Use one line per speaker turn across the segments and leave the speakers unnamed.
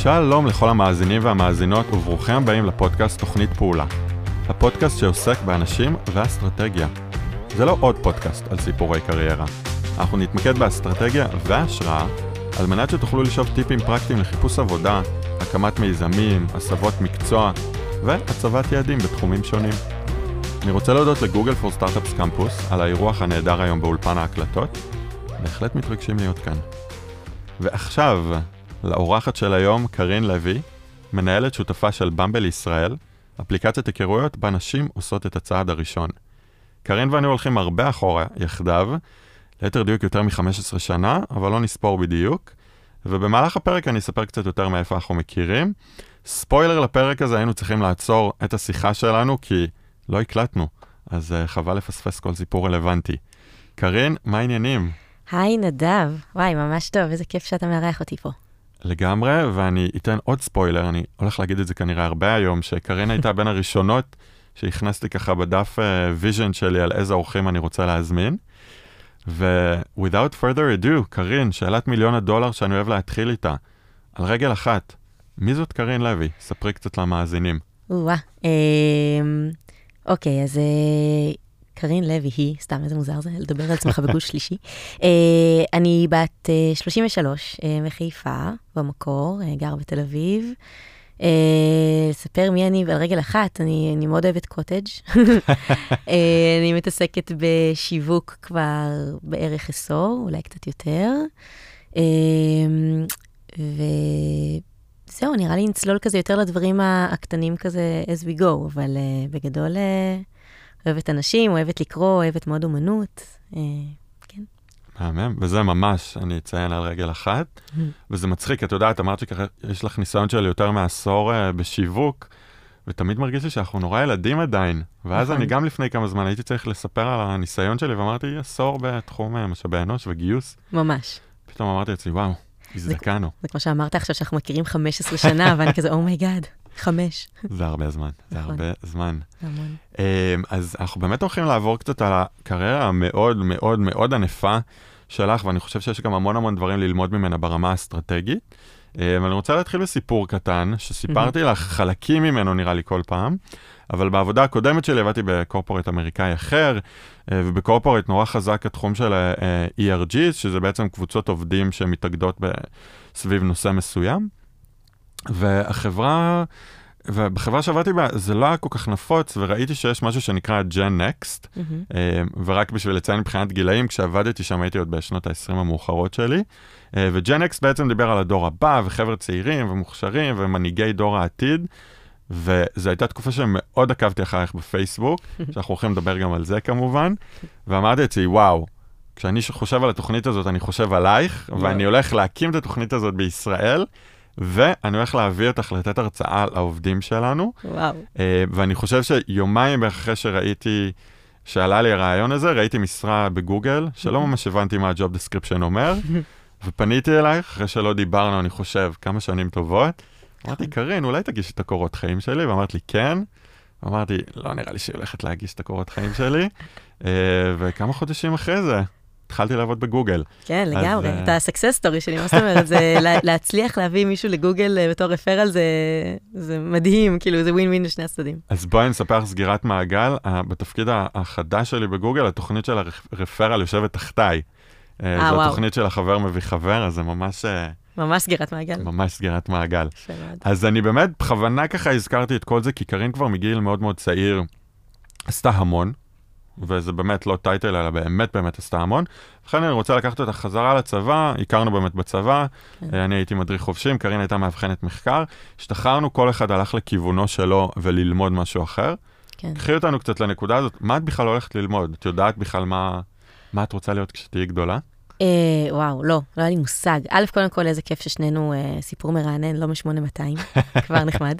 שלום לכל המאזינים והמאזינות וברוכים הבאים לפודקאסט תוכנית פעולה. הפודקאסט שעוסק באנשים ואסטרטגיה. זה לא עוד פודקאסט על סיפורי קריירה. אנחנו נתמקד באסטרטגיה והשראה על מנת שתוכלו לשאוב טיפים פרקטיים לחיפוש עבודה, הקמת מיזמים, הסבות מקצוע והצבת יעדים בתחומים שונים. אני רוצה להודות לגוגל פור סטארט-אפס קמפוס על האירוח הנהדר היום באולפן ההקלטות. בהחלט מתרגשים להיות כאן. ועכשיו, לאורחת של היום, קרין לוי, מנהלת שותפה של במבל ישראל, אפליקציית היכרויות בה נשים עושות את הצעד הראשון. קרין ואני הולכים הרבה אחורה יחדיו, ליתר דיוק יותר מ-15 שנה, אבל לא נספור בדיוק, ובמהלך הפרק אני אספר קצת יותר מאיפה אנחנו מכירים. ספוילר לפרק הזה, היינו צריכים לעצור את השיחה שלנו, כי לא הקלטנו, אז חבל לפספס כל סיפור רלוונטי. קרין, מה העניינים?
היי נדב, וואי, ממש טוב, איזה כיף שאתה מארח אותי פה.
לגמרי, ואני אתן עוד ספוילר, אני הולך להגיד את זה כנראה הרבה היום, שקרין הייתה בין הראשונות שהכנסתי ככה בדף ויז'ן שלי על איזה אורחים אני רוצה להזמין. ו-without further ado, קרין, שאלת $1,000,000 שאני אוהב להתחיל איתה, על רגל אחת, מי זאת קרין לוי? ספרי קצת למאזינים.
אוקיי, אז קרין לוי היא, סתם איזה מוזר זה, לדבר על עצמך בגוש שלישי. אני בת 33 מחיפה במקור, גר בתל אביב. ספר מי אני, ועל רגל אחת, אני מאוד אוהבת קוטג'. אני מתעסקת בשיווק כבר בערך עשור, אולי קצת יותר. וזהו, נראה לי נצלול כזה יותר לדברים הקטנים כזה as we go, אבל בגדול אוהבת אנשים, אוהבת לקרוא, אוהבת מאוד אומנות. כן.
מהמם, וזה ממש, אני אציין על רגל אחת, וזה מצחיק, את יודעת, אמרת שככה יש לך ניסיון של יותר מעשור בשיווק, ותמיד מרגיש לי שאנחנו נורא ילדים עדיין, ואז אני גם לפני כמה זמן הייתי צריך לספר על הניסיון שלי, ואמרתי, עשור בתחום משאבי אנוש וגיוס.
ממש.
פתאום אמרתי לעצמי, וואו, הזדקנו.
זה כמו שאמרת עכשיו שאנחנו מכירים 15 שנה, ואני כזה, אומייגאד, 5.
זה הרבה זמן, זה הרבה זמן. אז אנחנו באמת הולכים לעבור קצת על הקריירה המאוד מאוד מאוד ענפה שלך, ואני חושב שיש גם המון דברים ללמוד ממנה ברמה האסטרטגית. ואני רוצה להתחיל בסיפור קטן, שסיפרתי לך חלקים ממנו נראה לי כל פעם, אבל בעבודה הקודמת שלי עבדתי בקורפורט אמריקאי אחר, ובקורפורט נורא חזק התחום של ERGs, שזה בעצם קבוצות עובדים שמתאגדות סביב נושא מסוים. ובחברה שעבדתי בה, זה לא היה כל כך נפוץ, וראיתי שיש משהו שנקרא Gen Next, ורק בשביל לציין מבחינת גילאים, כשעבדתי שם הייתי עוד בשנות ה-20 המאוחרות שלי, ו-Gen Next בעצם דיבר על הדור הבא, וחבר'ה צעירים ומוכשרים, ומנהיגי דור העתיד, וזו הייתה תקופה שמאוד עקבתי אחריך בפייסבוק, שאנחנו הולכים לדבר גם על זה כמובן, ואמרתי אצלי, וואו, כשאני חושב על התוכנית הזאת, אני חושב עלייך, ואני הולך להקים את התוכנית הזאת בישראל, ואני הולך להביא אותך לתת הרצאה לעובדים שלנו.
וואו.
ואני חושב שיומיים אחרי שראיתי, שעלה לי הרעיון הזה, ראיתי משרה בגוגל, שלא ממש הבנתי מה הג'וב דסקריפשן אומר, ופניתי אלייך, אחרי שלא דיברנו, אני חושב, כמה שנים טובות. אמרתי, קרין, אולי תגיש את הקורות חיים שלי? ואמרת לי, כן. אמרתי, לא נראה לי שהיא הולכת להגיש את הקורות חיים שלי. וכמה חודשים אחרי זה, התחלתי לעבוד בגוגל.
כן, לגמרי. את ה-success story שלי, מה זאת אומרת? זה להצליח להביא מישהו לגוגל בתור רפרל, זה מדהים, כאילו, זה ווין ווין לשני הצדדים.
אז בואי נספר סגירת מעגל. בתפקיד החדש שלי בגוגל, התוכנית של הרפרל יושבת תחתיי. זו התוכנית של החבר מביא חבר, אז זה ממש...
ממש סגירת מעגל.
ממש סגירת מעגל. אז אני באמת, בכוונה ככה הזכרתי את כל זה, כי קרין כבר מגיל מאוד מאוד צעיר, עשתה המון, וזה באמת לא טייטל, אלא באמת עשתה המון. לכן אני רוצה לקחת אותה חזרה לצבא, הכרנו באמת בצבא, אני הייתי מדריך חובשים, קרין הייתה מאבחנת מחקר, השתחררנו, כל אחד הלך לכיוונו שלו וללמוד משהו אחר. קחי אותנו קצת לנקודה הזאת, מה את בכלל הולכת ללמוד? את יודעת בכלל מה את רוצה להיות כשתהיי גדולה?
וואו, לא היה לי מושג. א', קודם כל, איזה כיף ששנינו סיפור מרענן, לא מ-8200, כבר נחמד.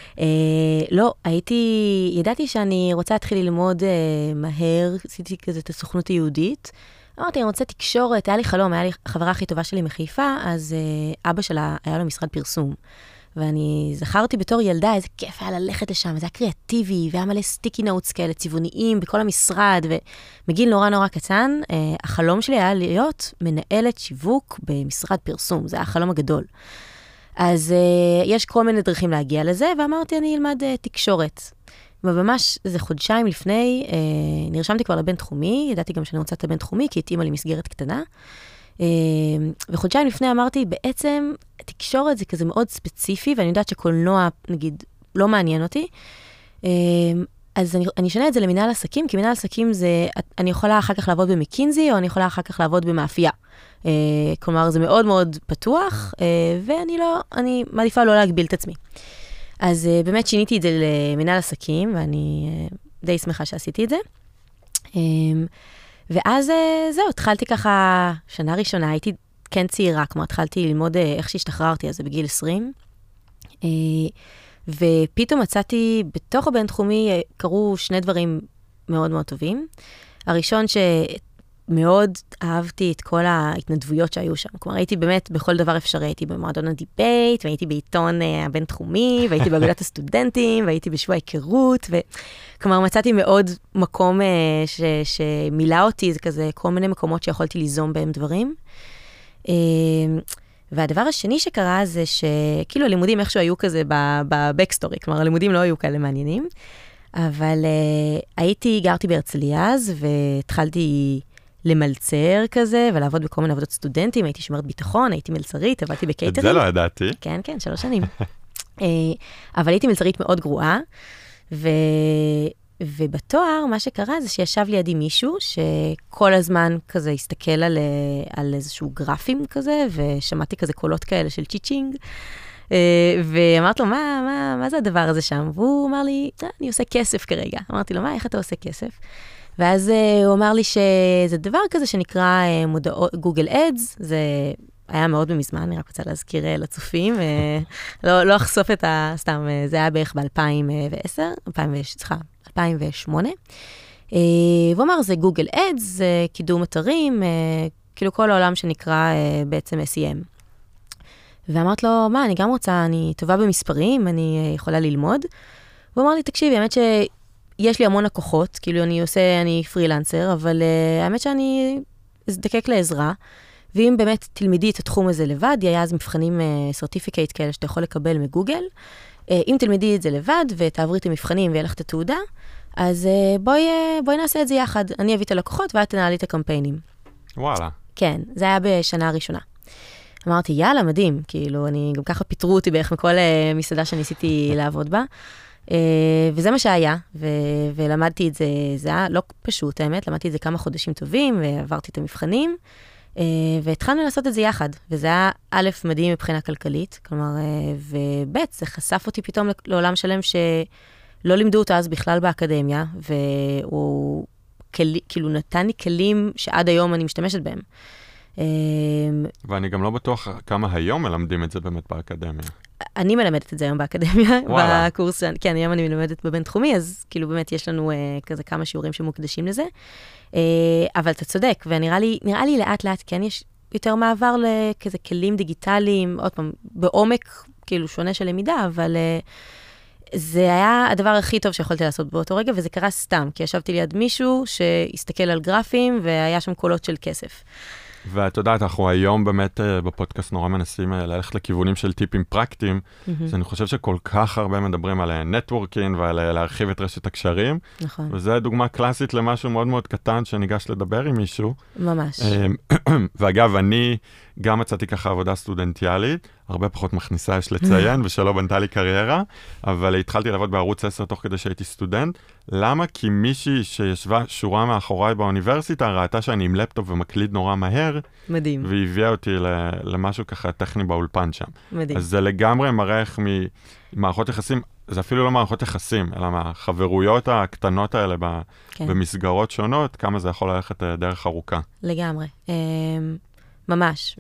לא, ידעתי שאני רוצה להתחיל ללמוד מהר, עשיתי כזה את הסוכנות היהודית. אמרתי, אני רוצה תקשורת, היה לי חלום, היה לי החברה הכי טובה שלי מחיפה, אז אבא שלה היה לו משרד פרסום. ואני זכרתי בתור ילדה, איזה כיף היה ללכת לשם, זה היה קריאטיבי, והיה מלא סטיקי נוטס כאלה, צבעוניים בכל המשרד, ומגיל נורא קטן, החלום שלי היה להיות מנהלת שיווק במשרד פרסום, זה היה החלום הגדול. אז יש כל מיני דרכים להגיע לזה, ואמרתי, אני אלמד תקשורת. וממש איזה חודשיים לפני, נרשמתי כבר לבינתחומי, ידעתי גם שאני רוצה את הבינתחומי, כי התאימה לי מסגרת קטנה. וחודשיים לפני אמרתי, בעצם תקשורת זה כזה מאוד ספציפי, ואני יודעת שקולנוע, נגיד, לא מעניין אותי. אז אני אשנה את זה למנהל עסקים, כי מנהל עסקים זה, אני יכולה אחר כך לעבוד במקינזי, או אני יכולה אחר כך לעבוד במאפייה. כלומר, זה מאוד מאוד פתוח, ואני מעדיפה לא להגביל את עצמי. אז באמת שיניתי את זה למנהל עסקים, ואני די שמחה שעשיתי את זה. ואז זהו, התחלתי ככה, שנה ראשונה, הייתי כן צעירה, כמו התחלתי ללמוד איך שהשתחררתי, אז זה בגיל 20. ופתאום מצאתי, בתוך הבינתחומי קרו שני דברים מאוד מאוד טובים. הראשון שמאוד אהבתי את כל ההתנדבויות שהיו שם. כלומר, הייתי באמת בכל דבר אפשרי, הייתי במועדון הדיבייט, והייתי בעיתון הבינתחומי, והייתי באגודת הסטודנטים, והייתי בשבוע היכרות, כלומר, מצאתי מאוד מקום שמילא אותי, זה כזה כל מיני מקומות שיכולתי ליזום בהם דברים. והדבר השני שקרה זה שכאילו הלימודים איכשהו היו כזה בבקסטורי, כלומר הלימודים לא היו כאלה מעניינים, אבל גרתי בהרצליה אז, והתחלתי למלצר כזה, ולעבוד בכל מיני עבודות סטודנטים, הייתי שומרת ביטחון, הייתי מלצרית, עבדתי בקייטרינג.
את זה לא ידעתי.
כן, 3 שנים. אבל הייתי מלצרית מאוד גרועה, ובתואר, מה שקרה זה שישב לידי מישהו, שכל הזמן כזה הסתכל על איזשהו גרפים כזה, ושמעתי כזה קולות כאלה של צ'יצ'ינג, ואמרתי לו, מה זה הדבר הזה שם? והוא אמר לי, אני עושה כסף כרגע. אמרתי לו, איך אתה עושה כסף? ואז הוא אמר לי שזה דבר כזה שנקרא גוגל אדס, זה היה מאוד במזמן, אני רק רוצה להזכיר לצופים, לא אחשוף את סתם, זה היה בערך ב-2008. והוא אמר, זה גוגל אדס, זה קידום אתרים, כאילו כל העולם שנקרא בעצם SEM. ואמרת לו, אני גם רוצה, אני טובה במספרים, אני יכולה ללמוד. והוא אמר לי, תקשיבי, האמת שיש לי המון לקוחות, כאילו אני פרילנסר, אבל האמת שאני אזדקק לעזרה, ואם באמת תלמדי את התחום הזה לבד, היה אז מבחנים סרטיפיקייט כאלה שאתה יכול לקבל מגוגל, אם תלמדי את זה לבד ותעברי את המבחנים ויהיה לך את התעודה, אז בואי נעשה את זה יחד. אני אביא את הלקוחות ואת תנהלי את הקמפיינים.
וואלה.
כן, זה היה בשנה הראשונה. אמרתי, יאללה, מדהים, כאילו, גם ככה פיטרו אותי בערך מכל מסעדה שניסיתי לעבוד בה, וזה מה שהיה, ולמדתי את זה, זה היה לא פשוט, האמת, למדתי את זה כמה חודשים טובים, ועברתי את המבחנים, והתחלנו לעשות את זה יחד, וזה היה א' מדהים מבחינה כלכלית, כלומר, וב' זה חשף אותי פתאום לעולם שלם שלא לימדו אותו אז בכלל באקדמיה, והוא כאילו נתן לי כלים שעד היום אני משתמשת בהם.
ואני גם לא בטוח כמה היום מלמדים את זה באמת באקדמיה.
אני מלמדת את זה היום באקדמיה, בקורס, כן, היום אני מלמדת בבינתחומי, אז כאילו באמת יש לנו כזה כמה שיעורים שמוקדשים לזה, אבל אתה צודק, ונראה לי לאט לאט, כן, יש יותר מעבר לכזה כלים דיגיטליים, עוד פעם, בעומק, כאילו שונה של למידה, אבל זה היה הדבר הכי טוב שיכולתי לעשות באותו רגע, וזה קרה סתם, כי ישבתי ליד מישהו שהסתכל על גרפים, והיה שם קולות של כסף.
ואת יודעת, אנחנו היום באמת בפודקאסט נורא מנסים ללכת לכיוונים של טיפים פרקטיים, אז אני חושב שכל כך הרבה מדברים על נטוורקינג ועל להרחיב את רשת הקשרים,
נכון.
וזה דוגמה קלאסית למשהו מאוד מאוד קטן שניגש לדבר עם מישהו.
ממש.
ואגב, אני גם מצאתי ככה עבודה סטודנטיאלית, הרבה פחות מכניסה יש לציין, ושלא בנתה לי קריירה, אבל התחלתי לעבוד בערוץ 10 תוך כדי שהייתי סטודנט. למה? כי מישהי שישבה שורה מאחוריי באוניברסיטה, ראתה שאני עם לפטופ ומקליד נורא מהר,
מדהים.
והיא הביאה אותי למשהו ככה טכני באולפן שם.
מדהים.
אז זה לגמרי מראה איך ממערכות יחסים, זה אפילו לא מערכות יחסים, אלא מהחברויות הקטנות האלה במסגרות שונות, כמה זה יכול ללכת דרך ארוכה.
לגמרי. ממש.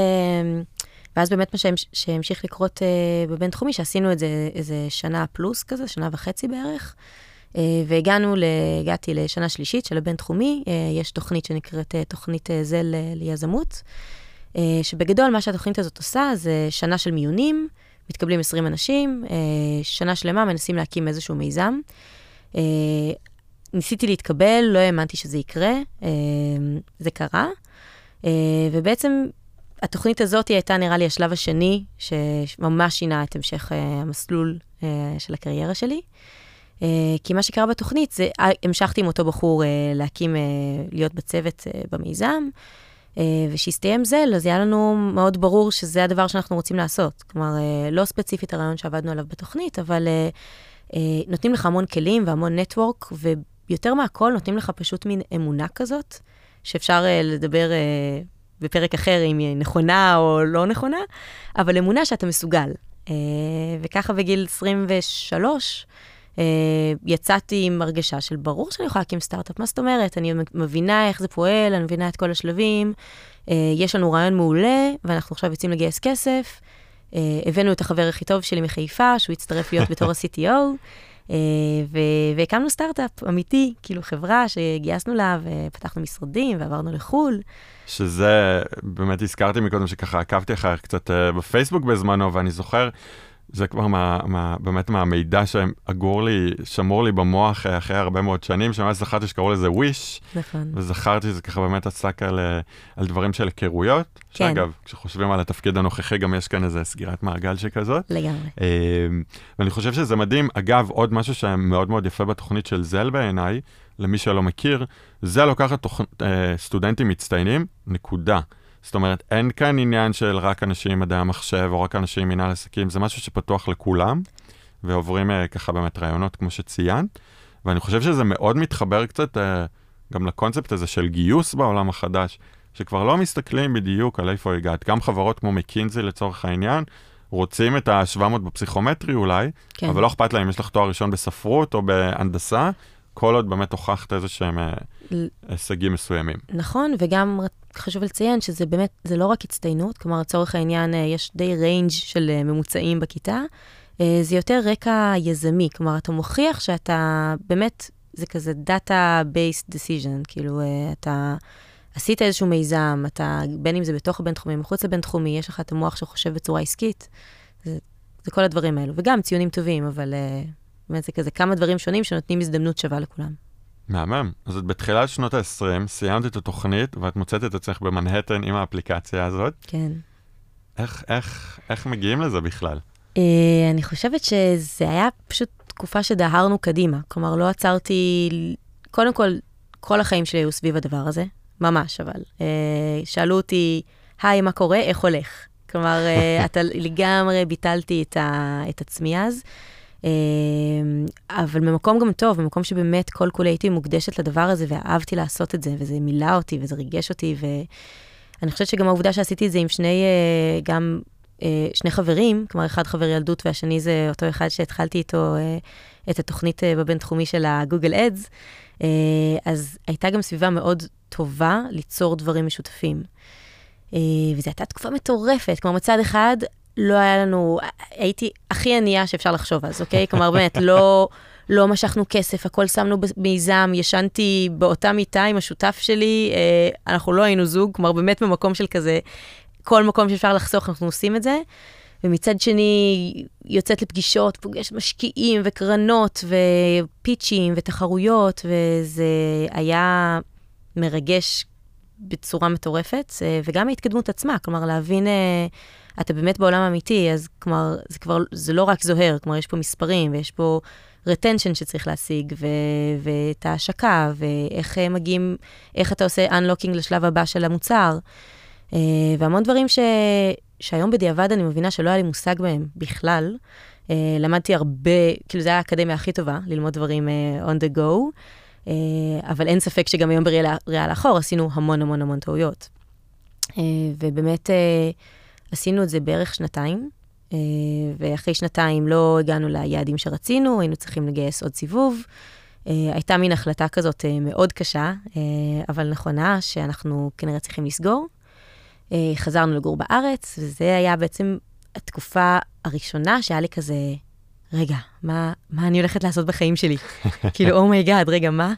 ואז באמת מה שהמשיך לקרות בבינתחומי, שעשינו את זה איזה שנה פלוס כזה, שנה וחצי בערך, והגעתי לשנה שלישית של הבינתחומי, יש תוכנית שנקראת תוכנית זל ליזמות, שבגדול מה שהתוכנית הזאת עושה, זה שנה של מיונים, מתקבלים 20 אנשים, שנה שלמה מנסים להקים איזשהו מיזם. ניסיתי להתקבל, לא האמנתי שזה יקרה, זה קרה, ובעצם התוכנית הזאת הייתה נראה לי השלב השני, שממש שינה את המשך המסלול של הקריירה שלי. כי מה שקרה בתוכנית, זה המשכתי עם אותו בחור להקים, להיות בצוות במיזם, ושיסתיים זה, אז היה לנו מאוד ברור שזה הדבר שאנחנו רוצים לעשות. כלומר, לא ספציפית הרעיון שעבדנו עליו בתוכנית, אבל נותנים לך המון כלים והמון נטוורק, ויותר מהכל נותנים לך פשוט מין אמונה כזאת, שאפשר לדבר בפרק אחר אם היא נכונה או לא נכונה, אבל אמונה שאתה מסוגל. וככה בגיל 23, יצאתי עם הרגשה של ברור שאני יכולה להקים סטארט-אפ. מה זאת אומרת? אני מבינה איך זה פועל, אני מבינה את כל השלבים, יש לנו רעיון מעולה, ואנחנו עכשיו יוצאים לגייס כסף, הבאנו את החבר הכי טוב שלי מחיפה, שהוא הצטרף להיות בתור ה-CTO, והקמנו סטארט-אפ אמיתי, כאילו חברה שגייסנו לה, ופתחנו משרדים, ועברנו לחול.
שזה, באמת הזכרתי מקודם שככה עקבתי אחר קצת בפייסבוק בזמנו, ואני זוכר, זה כבר באמת מהמידע שמור לי במוח אחרי הרבה מאוד שנים, שמאז זכרתי שקראו לזה וויש,
נכון.
וזכרתי שזה ככה באמת עסק על דברים של היכרויות,
כן.
שאגב, כשחושבים על התפקיד הנוכחי, גם יש כאן איזה סגירת מעגל שכזאת.
לגמרי.
ואני חושב שזה מדהים. אגב, עוד משהו שמאוד מאוד יפה בתוכנית של זל בעיניי, למי שלא מכיר, זה לוקחת סטודנטים מצטיינים, נקודה. זאת אומרת, אין כאן עניין של רק אנשים מדעי המחשב, או רק אנשים מנהל עסקים, זה משהו שפתוח לכולם, ועוברים ככה באמת רעיונות, כמו שציינת, ואני חושב שזה מאוד מתחבר קצת גם לקונספט הזה של גיוס בעולם החדש, שכבר לא מסתכלים בדיוק על איפה הגעת. גם חברות כמו מקינזי לצורך העניין, רוצים את ה-700 בפסיכומטרי אולי, כן. אבל לא אכפת להם, יש לך תואר ראשון בספרות או בהנדסה, כל עוד באמת הוכחת איזה שהם הישגים מסוימים.
נכון, וגם חשוב לציין שזה באמת, זה לא רק הצטיינות, כלומר, לצורך העניין, יש די ריינג' של ממוצעים בכיתה, זה יותר רקע יזמי, כלומר, אתה מוכיח שאתה באמת, זה כזה data-based decision, כאילו, אתה עשית איזשהו מיזם, אתה, בין אם זה בתוך הבינתחומי, מחוץ לבינתחומי, יש לך את המוח שחושב בצורה עסקית, זה כל הדברים האלו, וגם ציונים טובים, אבל באמת זה כזה כמה דברים שונים שנותנים הזדמנות שווה לכולם.
מהמם. אז את בתחילת שנות ה-20, סיימת את התוכנית, ואת מוצאת את עצמך במנהטן עם האפליקציה הזאת.
כן.
איך מגיעים לזה בכלל?
אני חושבת שזה היה פשוט תקופה שדהרנו קדימה. כלומר, לא עצרתי, קודם כל החיים שלי היו סביב הדבר הזה. ממש, אבל. שאלו אותי, היי, מה קורה? איך הולך? כלומר, אתה לגמרי ביטלתי את עצמי אז. אבל במקום גם טוב, במקום שבאמת כל כולי הייתי מוקדשת לדבר הזה, ואהבתי לעשות את זה, וזה מילא אותי, וזה ריגש אותי, ואני חושבת שגם העובדה שעשיתי את זה עם שני חברים, כלומר אחד חבר ילדות, והשני זה אותו אחד שהתחלתי איתו את התוכנית בבינתחומי של הגוגל אדס, אז הייתה גם סביבה מאוד טובה ליצור דברים משותפים. וזו הייתה תקופה מטורפת, כלומר מצד אחד, לא היה לנו, הייתי הכי ענייה שאפשר לחשוב אז, אוקיי? כלומר, באמת, לא משכנו כסף, הכל שמנו במיזם, ישנתי באותה מיטה עם השותף שלי, אנחנו לא היינו זוג, כלומר, באמת במקום של כזה, כל מקום שאפשר לחסוך, אנחנו עושים את זה, ומצד שני, יוצאת לפגישות, פוגשת משקיעים וקרנות ופיצ'ים ותחרויות, וזה היה מרגש בצורה מטורפת, וגם ההתקדמות עצמה, כלומר, להבין אתה באמת בעולם אמיתי, אז כלומר, זה לא רק זוהר, כלומר, יש פה מספרים, ויש פה retention שצריך להשיג, ואת ההשקה, ואיך מגיעים, איך אתה עושה unlocking לשלב הבא של המוצר, והמון דברים שהיום בדיעבד אני מבינה שלא היה לי מושג בהם בכלל, למדתי הרבה, כאילו זה היה האקדמיה הכי טובה, ללמוד דברים on the go, אבל אין ספק שגם היום בריאה לאחור, עשינו המון המון המון טעויות. ובאמת, עשינו את זה בערך 2, ואחרי 2 לא הגענו ליעדים שרצינו, היינו צריכים לגייס עוד סיבוב. הייתה מין החלטה כזאת מאוד קשה, אבל נכונה, שאנחנו כנראה צריכים לסגור. חזרנו לגור בארץ, וזה היה בעצם התקופה הראשונה שהיה לי כזה, רגע, מה אני הולכת לעשות בחיים שלי? כאילו, אומייגאד, רגע, מה?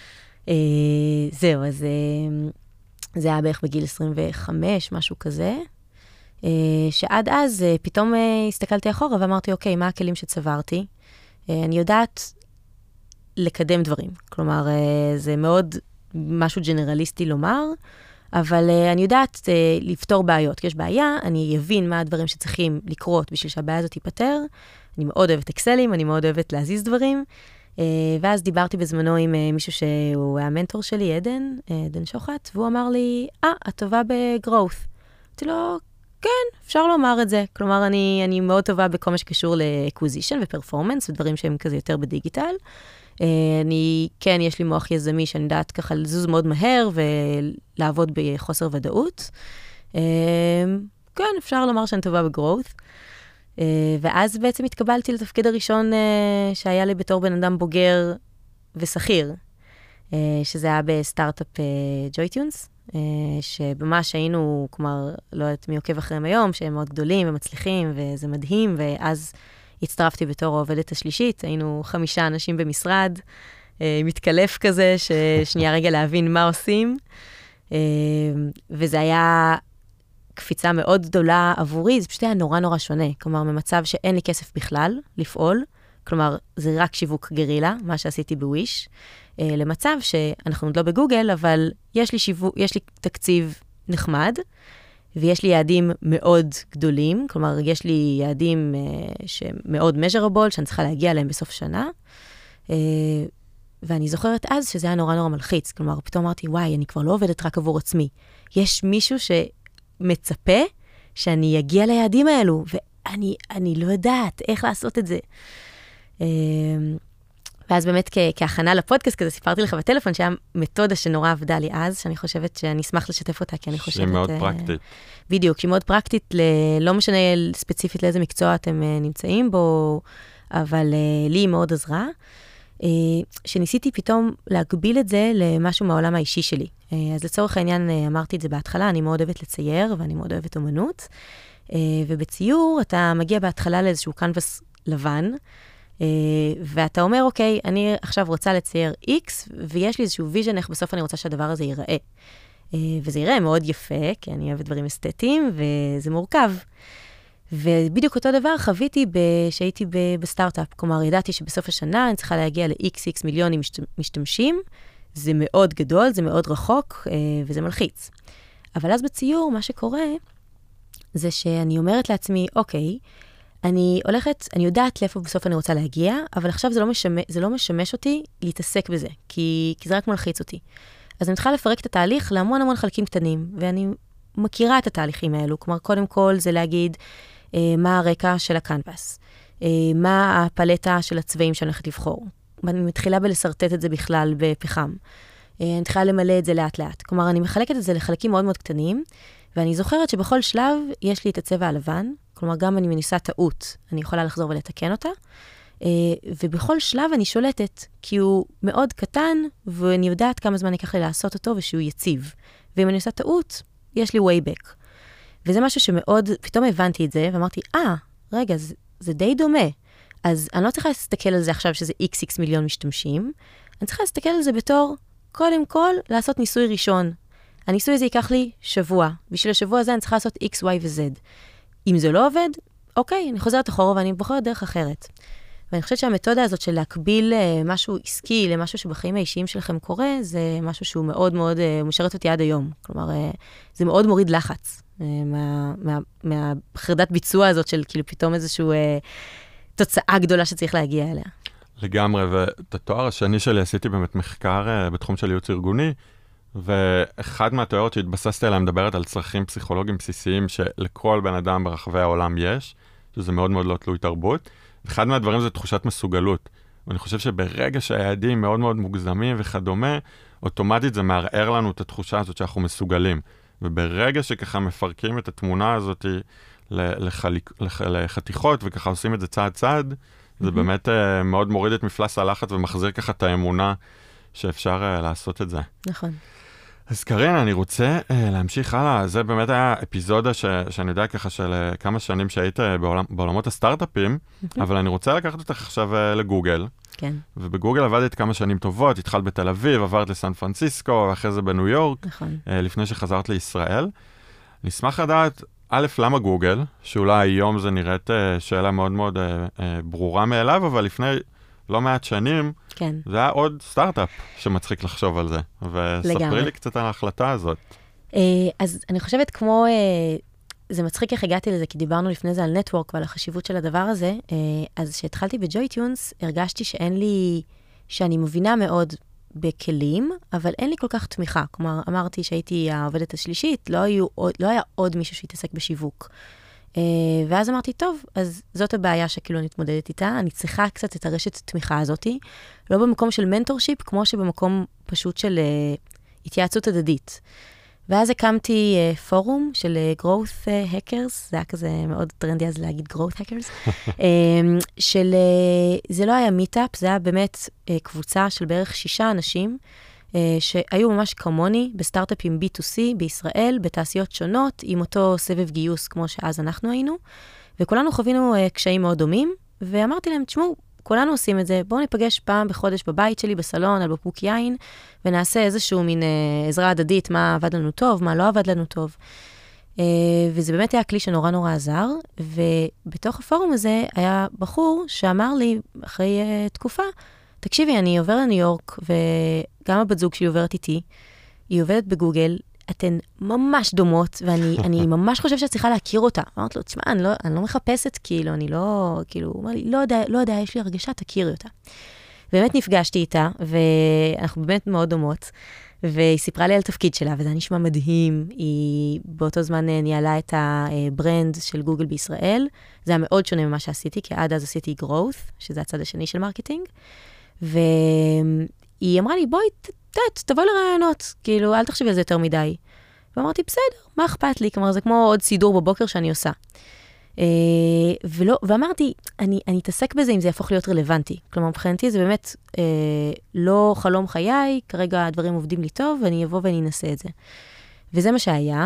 זהו, אז זה היה בערך בגיל 25, משהו כזה. שעד אז פתאום הסתכלתי אחורה ואמרתי, אוקיי, מה הכלים שצברתי? אני יודעת לקדם דברים. כלומר, זה מאוד משהו ג'נרליסטי לומר, אבל אני יודעת לפתור בעיות. כי יש בעיה, אני אבין מה הדברים שצריכים לקרות בשביל שהבעיה הזאת תיפטר. אני מאוד אוהבת אקסלים, אני מאוד אוהבת להזיז דברים. ואז דיברתי בזמנו עם מישהו שהוא היה המנטור שלי, עדן שוחט, והוא אמר לי, את טובה בgrowth. אמרתי לו, כן, אפשר לומר את זה. כלומר, אני מאוד טובה בכל מה שקשור ל-acquisition ו-performance, ודברים שהם כזה יותר בדיגיטל. כן, יש לי מוח יזמי שאני יודעת ככה לזוז מאוד מהר ולעבוד בחוסר ודאות. כן, אפשר לומר שאני טובה ב-growth. ואז בעצם התקבלתי לתפקיד הראשון שהיה לי בתור בן אדם בוגר ושכיר, שזה היה בסטארט-אפ ג'וי-טיונס, שממש היינו, כלומר, לא יודעת מי עוקב אחריהם היום, שהם מאוד גדולים ומצליחים, וזה מדהים, ואז הצטרפתי בתור העובדת השלישית, היינו 5 אנשים במשרד, מתקלף כזה, ששנייה רגע להבין מה עושים, וזה היה קפיצה מאוד גדולה עבורי, זה פשוט היה נורא נורא שונה, כלומר, ממצב שאין לי כסף בכלל לפעול, כלומר, זה רק שיווק גרילה, מה שעשיתי בוויש, למצב שאנחנו עוד לא בגוגל, אבל יש לי תקציב נחמד, ויש לי יעדים מאוד גדולים, כלומר, יש לי יעדים שמאוד measurable, שאני צריכה להגיע אליהם בסוף שנה, ואני זוכרת אז שזה היה נורא נורא מלחיץ, כלומר, פתאום אמרתי, וואי, אני כבר לא עובדת רק עבור עצמי. יש מישהו שמצפה שאני אגיע ליעדים האלו, ואני לא יודעת איך לעשות את זה. ואז באמת כהכנה לפודקאסט כזה, סיפרתי לך בטלפון שהיה מתודה שנורא עבדה לי אז, שאני חושבת שאני אשמח לשתף אותה, כי אני חושבת...
שהיא מאוד פרקטית.
בדיוק, שהיא מאוד פרקטית, לא משנה ספציפית לאיזה מקצוע אתם נמצאים בו, אבל לי היא מאוד עזרה, שניסיתי פתאום להגביל את זה למשהו מהעולם האישי שלי. אז לצורך העניין, אמרתי את זה בהתחלה, אני מאוד אוהבת לצייר, ואני מאוד אוהבת אומנות, ובציור אתה מגיע בהתחלה לאיזשהו קנבס לבן, ואתה אומר, אוקיי, אני עכשיו רוצה לצייר X, ויש לי איזשהו ויז'ן איך בסוף אני רוצה שהדבר הזה ייראה. וזה ייראה מאוד יפה, כי אני אוהבת דברים אסתטיים, וזה מורכב. ובדיוק אותו דבר חוויתי שהייתי בסטארט-אפ. כלומר, ידעתי שבסוף השנה אני צריכה להגיע ל-XX מיליונים משתמשים, זה מאוד גדול, זה מאוד רחוק, וזה מלחיץ. אבל אז בציור, מה שקורה, זה שאני אומרת לעצמי, אוקיי, אני יודעת לאיפה בסוף אני רוצה להגיע, אבל עכשיו זה לא משמש אותי להתעסק בזה, כי זה רק מלחיץ אותי. אז אני צריכה לפרק את התהליך להמון המון חלקים קטנים, ואני מכירה את התהליכים האלו. כלומר, קודם כל זה להגיד מה הרקע של הקנבס, מה הפלטה של הצבעים שאני הולכת לבחור. אני מתחילה בלסרטט את זה בכלל בפחם. אני מתחילה למלא את זה לאט לאט. כלומר, אני מחלקת את זה לחלקים מאוד מאוד קטנים, ואני זוכרת שבכל שלב יש לי את הצבע הלבן, כלומר, גם אני מניסה טעות, אני יכולה לחזור ולתקן אותה, ובכל שלב אני שולטת, כי הוא מאוד קטן, ואני יודעת כמה זמן ייקח לי לעשות אותו, ושהוא יציב. ואם אני עושה טעות, יש לי way back. וזה משהו שמאוד, פתאום הבנתי את זה, ואמרתי, רגע, זה די דומה. אז אני לא צריכה להסתכל על זה עכשיו שזה XX מיליון משתמשים, אני צריכה להסתכל על זה בתור, קודם כל, לעשות ניסוי ראשון. הניסוי הזה ייקח לי שבוע. בשביל השבוע הזה אני צריכה לעשות X, Y ו-Z. אם זה לא עובד, אוקיי, אני חוזרת אחורה ואני בוחרת דרך אחרת. ואני חושבת שהמתודה הזאת של להקביל משהו עסקי למשהו שבחיים האישיים שלכם קורה, זה משהו שהוא מאוד מאוד משרת אותי עד היום. כלומר, זה מאוד מוריד לחץ מהחרדת ביצוע הזאת של כאילו פתאום איזושהי תוצאה גדולה שצריך להגיע אליה.
לגמרי, ואת התואר השני שלי עשיתי באמת מחקר בתחום של ייעוץ ארגוני, ואחד מהתיאוריות שהתבססתי עליה מדברת על צרכים פסיכולוגיים בסיסיים שלכל בן אדם ברחבי העולם יש, שזה מאוד מאוד לא תלוי תרבות. אחד מהדברים זה תחושת מסוגלות. ואני חושב שברגע שהיעדים מאוד מאוד מוגזמים וכדומה, אוטומטית זה מערער לנו את התחושה הזאת שאנחנו מסוגלים. וברגע שככה מפרקים את התמונה הזאת לחתיכות וככה עושים את זה צעד צעד, זה באמת מאוד מוריד את מפלס הלחץ ומחזיר ככה את האמונה שאפשר לעשות את זה.
נכון.
אז קרין, אני רוצה להמשיך הלאה. זה באמת היה אפיזודה שאני יודע ככה של כמה שנים שהיית בעולמות הסטארט-אפים, אבל אני רוצה לקחת אותך עכשיו לגוגל.
כן.
ובגוגל עבדת כמה שנים טובות, התחלת בתל אביב, עברת לסן פרנסיסקו, ואחרי זה בניו יורק,
נכון.
לפני שחזרת לישראל. נשמח לדעת, א', למה גוגל, שאולי היום זה נראית שאלה מאוד מאוד ברורה מאליו, אבל לפני לא מעט שנים,
כן.
זה היה עוד סטארט-אפ שמצחיק לחשוב על זה. וספרי לי קצת על ההחלטה הזאת.
אז אני חושבת כמו, זה מצחיק איך הגעתי לזה, כי דיברנו לפני זה על נטוורק ועל החשיבות של הדבר הזה, אז כשהתחלתי בג'וי-טיונס, הרגשתי שאני מבינה מאוד בכלים, אבל אין לי כל כך תמיכה. כלומר, אמרתי שהייתי העובדת השלישית, לא היה עוד מישהו שהתעסק בשיווק. ואז אמרתי, טוב, אז זאת הבעיה שכאילו אני מתמודדת איתה, אני צריכה קצת את הרשת התמיכה הזאת, לא במקום של מנטורשיפ, כמו שבמקום פשוט של התייעצות הדדית. ואז הקמתי פורום של growth hackers, זה היה כזה מאוד טרנדי אז להגיד growth hackers, זה לא היה מיטאפ, זה היה באמת קבוצה של בערך 6 אנשים, שהיו ממש כמוני בסטארט-אפים B2C בישראל, בתעשיות שונות, עם אותו סבב גיוס כמו שאז אנחנו היינו, וכולנו חווינו קשיים מאוד דומים, ואמרתי להם, תשמעו, כולנו עושים את זה, בואו ניפגש פעם בחודש בבית שלי, בסלון, על בקבוק יין, ונעשה איזשהו מין עזרה הדדית, מה עבד לנו טוב, מה לא עבד לנו טוב. וזה באמת היה כלי שנורא נורא עזר, ובתוך הפורום הזה היה בחור שאמר לי, אחרי תקופה, תקשיבי, אני עובר לניו יורק, וגם הבת זוג שלי עוברת איתי, היא עובדת בגוגל, אתן ממש דומות, ואני ממש חושב שאת צריכה להכיר אותה. אמרת לו, תשמע, אני לא מחפשת, כאילו, אני לא, כאילו, הוא אומר לי, לא יודע, יש לי הרגשה, תכירי אותה. באמת נפגשתי איתה, ואנחנו באמת מאוד דומות, והיא סיפרה לי על תפקיד שלה, וזה נשמע מדהים. היא באותו זמן ניהלה את הברנד של גוגל בישראל, זה היה מאוד שונה ממה שעשיתי, כי עד אז עשיתי growth, שזה הצד השני של מרקטינג, והיא אמרה לי, בואי, תבוא לרעיונות, כאילו, אל תחשבי על זה יותר מדי. ואמרתי, בסדר, מה אכפת לי? כלומר, זה כמו עוד סידור בבוקר שאני עושה. ואמרתי, אני אתעסק בזה אם זה יהפוך להיות רלוונטי. כלומר, מבחינתי זה באמת לא חלום חיי, כרגע הדברים עובדים לי טוב, ואני אבוא ואני אנסה את זה. וזה מה שהיה,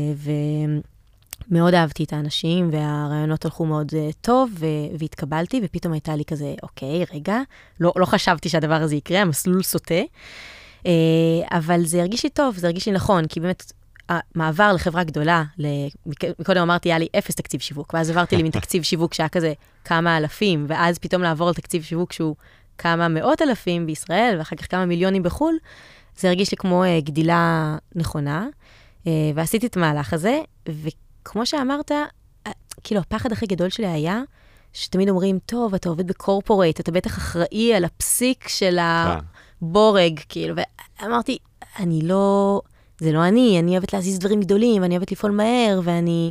ומאוד אהבתי את האנשים, והרעיונות הלכו מאוד טוב, והתקבלתי, ופתאום הייתה לי כזה, אוקיי, רגע, לא חשבתי שהדבר הזה יקרה, המסלול סוטה, אבל זה הרגיש לי טוב, זה הרגיש לי נכון, כי באמת, המעבר לחברה גדולה, מקודם אמרתי, היה לי 0 תקציב שיווק, ואז עברתי לי מתקציב שיווק שהיה כזה כמה אלפים, ואז פתאום לעבור לתקציב שיווק שהוא כמה מאות אלפים בישראל, ואחר כך כמה מיליונים בחול, זה הרגיש לי כמו גדילה נכונה, ועשיתי את המהלך הזה, וכמו שאמרת, כאילו הפחד הכי גדול שלי היה, שתמיד אומרים, טוב, אתה עובד בקורפורייט, אתה בטח אחראי על הפסיק של הבורג, כאילו, ואמרתי, זה לא אני אוהבת להזיז דברים גדולים, ואני אוהבת לפעול מהר,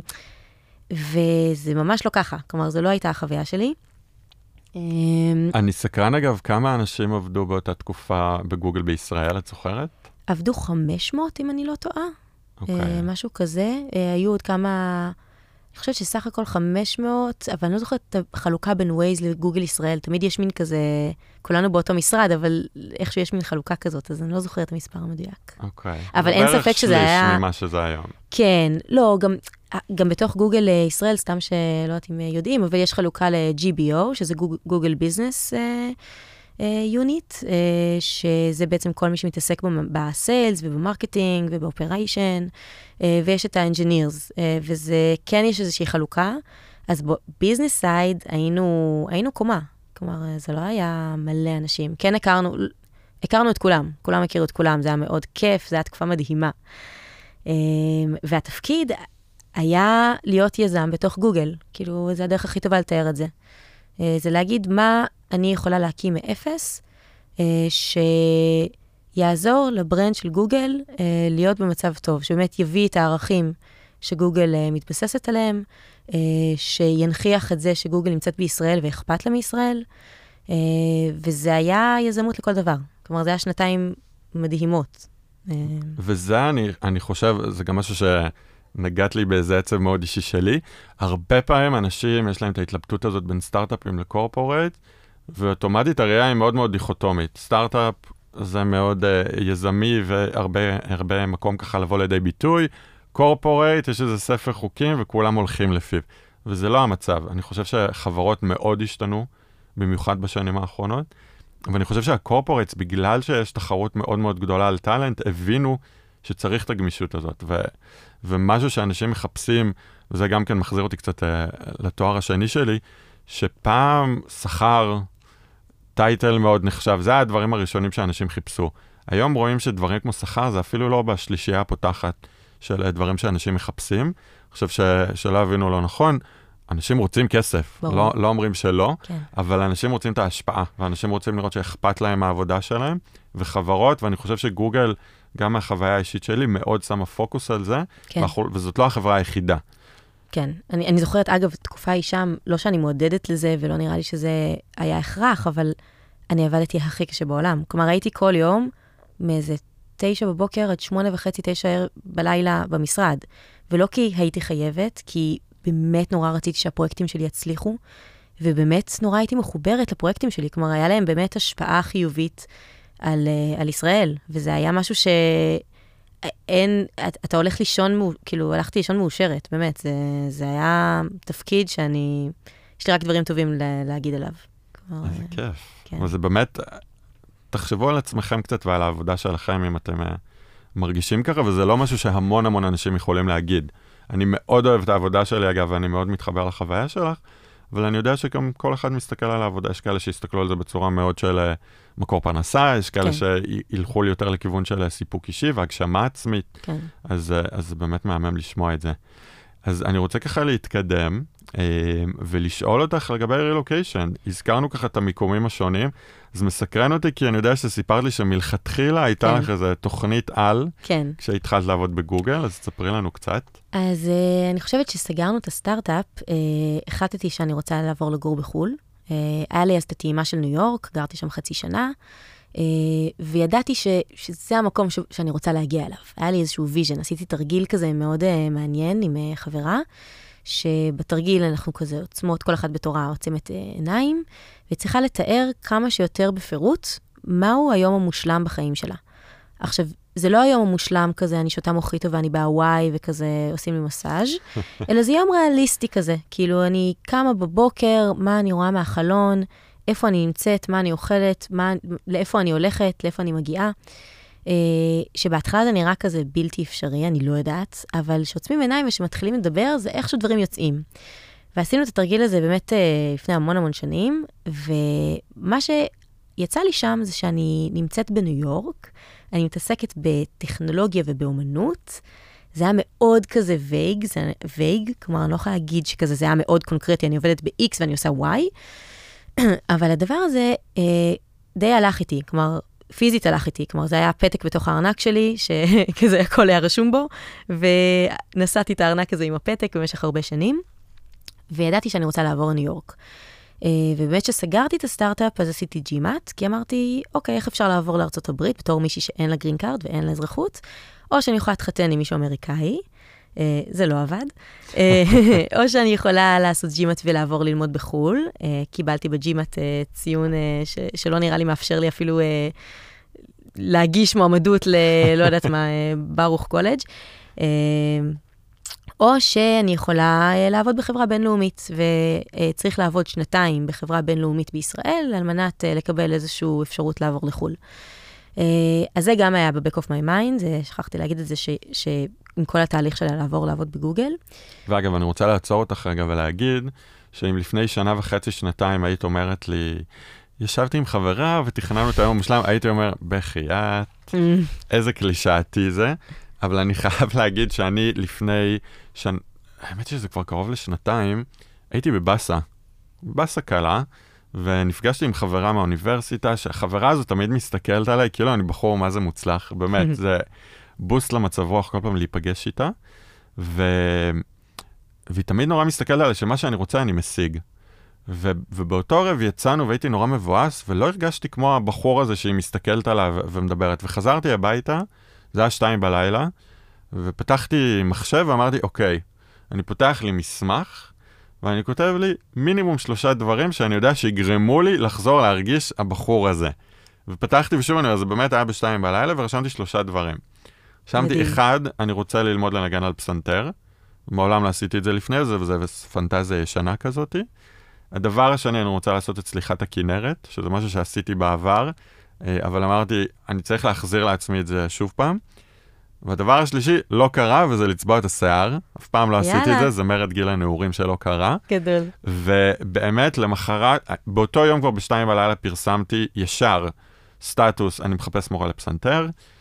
וזה ממש לא ככה. כלומר, זו לא הייתה החוויה שלי.
אני סקרן אגב, כמה אנשים עבדו באותה תקופה בגוגל בישראל, את זוכרת?
עבדו 500, אם אני לא טועה. משהו כזה. היו עוד כמה, אני חושבת שסך הכל 500, אבל אני לא זוכרת את החלוקה בין ווייז לגוגל ישראל. תמיד יש מין כזה, כולנו באותו משרד, אבל איכשהו יש מין חלוקה כזאת, אז אני לא זוכרת את המספר המדויק.
אוקיי.
אבל אין ספק שזה היה...
בערך שליש ממה שזה היום.
כן, לא, גם בתוך גוגל ישראל, סתם שלא יודעת אם יודעים, אבל יש חלוקה ל-GBO, שזה גוגל ביזנס יוניט, שזה בעצם כל מי שמתעסק בסיילס ובמרקטינג ובאופריישן, ויש את האנג'ינירס, וזה כן יש איזושהי חלוקה, אז בביזנס סייד היינו קומה, כלומר זה לא היה מלא אנשים, כן הכרנו את כולם, כולם הכירו את כולם, זה היה מאוד כיף, זה היה תקופה מדהימה, והתפקיד היה להיות יזם בתוך גוגל, כאילו זה הדרך הכי טובה לתאר את זה, זה להגיד מה אני יכולה להקים מאפס, שיעזור לברנד של גוגל להיות במצב טוב, שבאמת יביא את הערכים שגוגל מתבססת עליהם, שינכיח את זה שגוגל נמצאת בישראל ואכפת לה מישראל, וזה היה יזמות לכל דבר. כלומר, זה היה 2 מדהימות.
וזה, אני חושב, זה גם משהו שנגעת לי באיזה עצב מאוד אישי שלי. הרבה פעמים אנשים, יש להם את ההתלבטות הזאת בין סטארט-אפים לקורפורייט, ואוטומטית הראייה היא מאוד מאוד דיכוטומית. סטארט-אפ זה מאוד יזמי והרבה מקום ככה לבוא לידי ביטוי. קורפורייט, יש איזה ספר חוקים וכולם הולכים לפיו. וזה לא המצב. אני חושב שחברות מאוד השתנו, במיוחד בשנים האחרונות. ואני חושב שהקורפורייטס, בגלל שיש תחרות מאוד מאוד גדולה על טלנט, הבינו שצריך את הגמישות הזאת. ומשהו שאנשים מחפשים, וזה גם כן מחזיר אותי קצת לתואר השני שלי, שפעם שכר, טייטל מאוד נחשב, זה הדברים הראשונים שאנשים חיפשו. היום רואים שדברים כמו שכר, זה אפילו לא בשלישייה הפותחת של דברים שאנשים מחפשים. אני חושב שלא הבינו לא נכון, אנשים רוצים כסף, לא אומרים שלא, כן. אבל אנשים רוצים את ההשפעה, ואנשים רוצים לראות שאכפת להם מהעבודה שלהם, וחברות, ואני חושב שגוגל, גם מהחוויה האישית שלי, מאוד שמה פוקוס על זה, כן. וזאת לא החברה היחידה.
כן, אני זוכרת, אגב, תקופה היא שם, לא שאני מעודדת לזה, ולא נראה לי שזה היה הכרח, אבל אני עבדתי הכי קשה בעולם. כלומר, הייתי כל יום, מאיזה 9 בבוקר עד 8:30, 9 בלילה במשרד, ולא כי הייתי חייבת, כי באמת נורא רציתי שהפרויקטים שלי יצליחו, ובאמת נורא הייתי מחוברת לפרויקטים שלי, כלומר, היה להם באמת השפעה חיובית על ישראל, וזה היה משהו אתה הולך לישון, כאילו, הלכתי לישון מאושרת, באמת, זה היה תפקיד יש לי רק דברים טובים להגיד עליו.
איזה כיף. כן. וזה באמת, תחשבו על עצמכם קצת ועל העבודה שלכם, אם אתם מרגישים ככה, וזה לא משהו שהמון המון אנשים יכולים להגיד. אני מאוד אוהב את העבודה שלי, אגב, ואני מאוד מתחבר לחוויה שלך, אבל אני יודע שגם כל אחד מסתכל על העבודה, יש כאלה שיסתכלו על זה בצורה מאוד של מקור פרנסה, יש כאלה שילכו לי יותר לכיוון של סיפוק אישי והגשמה עצמית, אז זה באמת מהמם לשמוע את זה. אז אני רוצה ככה להתקדם, ולשאול אותך לגבי רילוקיישן. הזכרנו ככה את המיקומים השונים, אז מסקרן אותי, כי אני יודע שסיפרת לי שמלכתחילה הייתה לך איזו תוכנית על, כשהתחלת לעבוד בגוגל, אז תספרי לנו קצת.
אז אני חושבת שסגרנו את הסטארט-אפ, החלטתי שאני רוצה לעבור לגור בחול. היה לי אז את הטעימה של ניו יורק, גרתי שם חצי שנה, וידעתי שזה המקום שאני רוצה להגיע אליו. היה לי איזשהו ויז'ן, עשיתי תרגיל כזה מאוד מעניין עם חברה, שבתרגיל אנחנו כזה עוצמות, כל אחת בתורה עוצמת עיניים, וצריכה לתאר כמה שיותר בפירוט, מהו היום המושלם בחיים שלה. עכשיו, זה לא היום המושלם כזה, אני שותה מוחיטו ואני בהוואי וכזה עושים לי מסאז', אלא זה יום ריאליסטי כזה. כאילו, אני קמה בבוקר, מה אני רואה מהחלון, איפה אני נמצאת, מה אני אוכלת, לאיפה אני הולכת, לאיפה אני מגיעה. שבהתחלה זה נראה כזה בלתי אפשרי, אני לא יודעת, אבל שעוצמים עיניים ושמתחילים לדבר, זה איך שדברים יוצאים. ועשינו את התרגיל הזה באמת לפני המון המון שנים, ומה שיצא לי שם זה שאני נמצאת בניו יורק, אני מתעסקת בטכנולוגיה ובאומנות, זה היה מאוד כזה וייג, כלומר אני לא יכולה להגיד שכזה זה היה מאוד קונקרטי, אני עובדת ב-X ואני עושה Y, אבל הדבר הזה די הלך איתי, כלומר, פיזית הלך איתי, כלומר, זה היה פתק בתוך הארנק שלי, שכזה הכל היה רשום בו, ונסעתי את הארנק הזה עם הפתק במשך הרבה שנים, וידעתי שאני רוצה לעבור לניו יורק. ובאמת שסגרתי את הסטארט-אפ, אז עשיתי GMAT, כי אמרתי, אוקיי, איך אפשר לעבור לארצות הברית, בתור מישהי שאין לה גרין קארד ואין לה אזרחות, או שאני יכולה להתחתן עם מישהו אמריקאי, זה לא עבד, או שאני יכולה לעשות GMAT ולעבור ללמוד בחול, קיבלתי ב-GMAT ציון שלא נראה לי מאפשר לי אפילו להגיש מועמדות לא יודעת מה, ברוך קולג', או שאני יכולה לעבוד בחברה בינלאומית, וצריך לעבוד 2 בחברה בינלאומית בישראל, על מנת לקבל איזושהי אפשרות לעבור לחול. אז זה גם היה ב-back of my mind, שכחתי להגיד את זה, עם כל התהליך שלה לעבוד בגוגל.
ואגב, אני רוצה לעצור אותך רגע ולהגיד, שאם לפני 1.5 2 היית אומרת לי, ישבתי עם חברה ותכננו את היום המושלם, הייתי אומר, בחייאת, איזה קלישאתי זה, אבל אני חייב להגיד שאני לפני, האמת שזה כבר קרוב ל2, הייתי בבאסה קלה, ונפגשתי עם חברה מהאוניברסיטה, שהחברה הזו תמיד מסתכלת עליי, כאילו אני בחור מה זה מוצלח, באמת, זה בוסט למצב רוח כל פעם להיפגש איתה, והיא תמיד נורא מסתכלת עליי שמה שאני רוצה אני משיג. ובאותו ערב יצאנו והייתי נורא מבואס, ולא הרגשתי כמו הבחור הזה שהיא מסתכלת עליו ומדברת, וחזרתי הביתה, זה היה 2 בלילה, ופתחתי מחשב ואמרתי, אוקיי, אני פותח לי מסמך, ואני כותב לי מינימום 3 דברים שאני יודע שיגרמו לי לחזור להרגיש הבחור הזה. ופתחתי ושוב, זה באמת היה ב2 בלילה, ורשמתי 3 דברים. רשמתי 1, אני רוצה ללמוד לנגן על פסנתר. מעולם לא עשיתי את זה לפני זה, וזה פנטזיה ישנה כזאת. הדבר השני, אני רוצה לעשות את צליחת הכינרת, שזה משהו שעשיתי בעבר, אבל אמרתי, אני צריך להחזיר לעצמי את זה שוב פעם. והדבר השלישי לא קרה, וזה לצבוע את השיער. אף פעם לא עשיתי את זה, זה מרד גיל הנעורים שלא קרה.
גדול.
ובאמת, למחרת, באותו יום כבר ב2 בלילה פרסמתי ישר סטטוס, אני מחפש מורה לפסנתר,